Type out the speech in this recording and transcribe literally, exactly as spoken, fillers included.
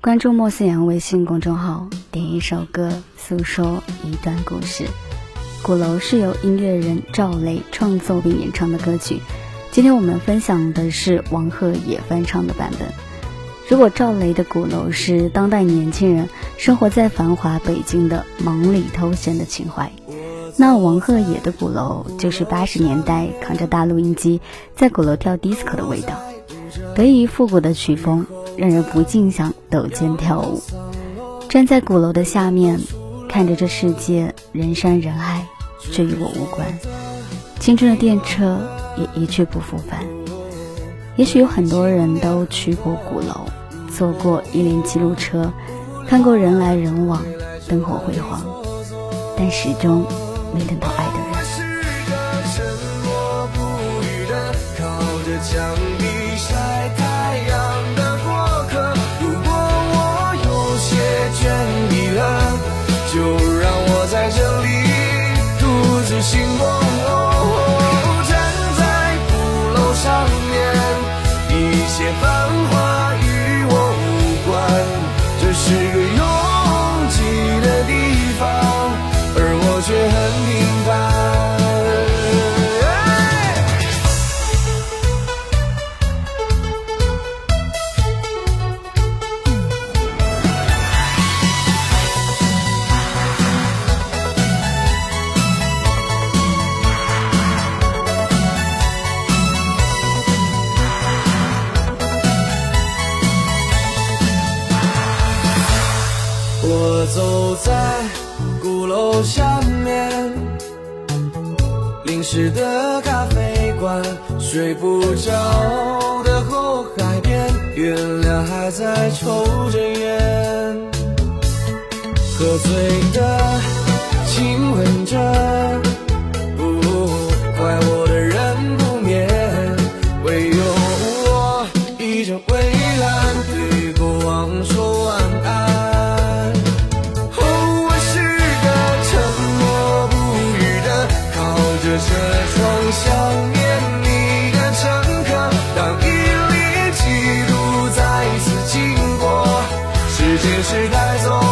关注莫思阳微信公众号，点一首歌，诉说一段故事。鼓楼是由音乐人赵雷创作并演唱的歌曲，今天我们分享的是王鹤野翻唱的版本。如果赵雷的鼓楼是当代年轻人生活在繁华北京的忙里偷闲的情怀，那王鹤野的鼓楼就是八十年代扛着大录音机在鼓楼跳 disco 的味道，得益于复古的曲风，让人不禁想抖肩跳舞。站在鼓楼的下面，看着这世界人山人海，这与我无关。青春的电车也一去不复返。也许有很多人都去过鼓楼，坐过一连七路车，看过人来人往，灯火辉煌，但始终没等到爱的人。 墙壁晒太阳的过客，如果我有些倦意了，就让我在这里独自星光。哦，站在鼓楼上面，一切繁华与我无关，这是个拥挤的地方，而我却很平凡。我走在鼓楼下面，临时的咖啡馆，睡不着的后海边，月亮还在抽着烟，喝醉的亲吻着，不怪我的人不眠，唯有我倚着蔚蓝，对过往说晚安。这窗想念你的乘客，当一零七度再次经过，时间是带走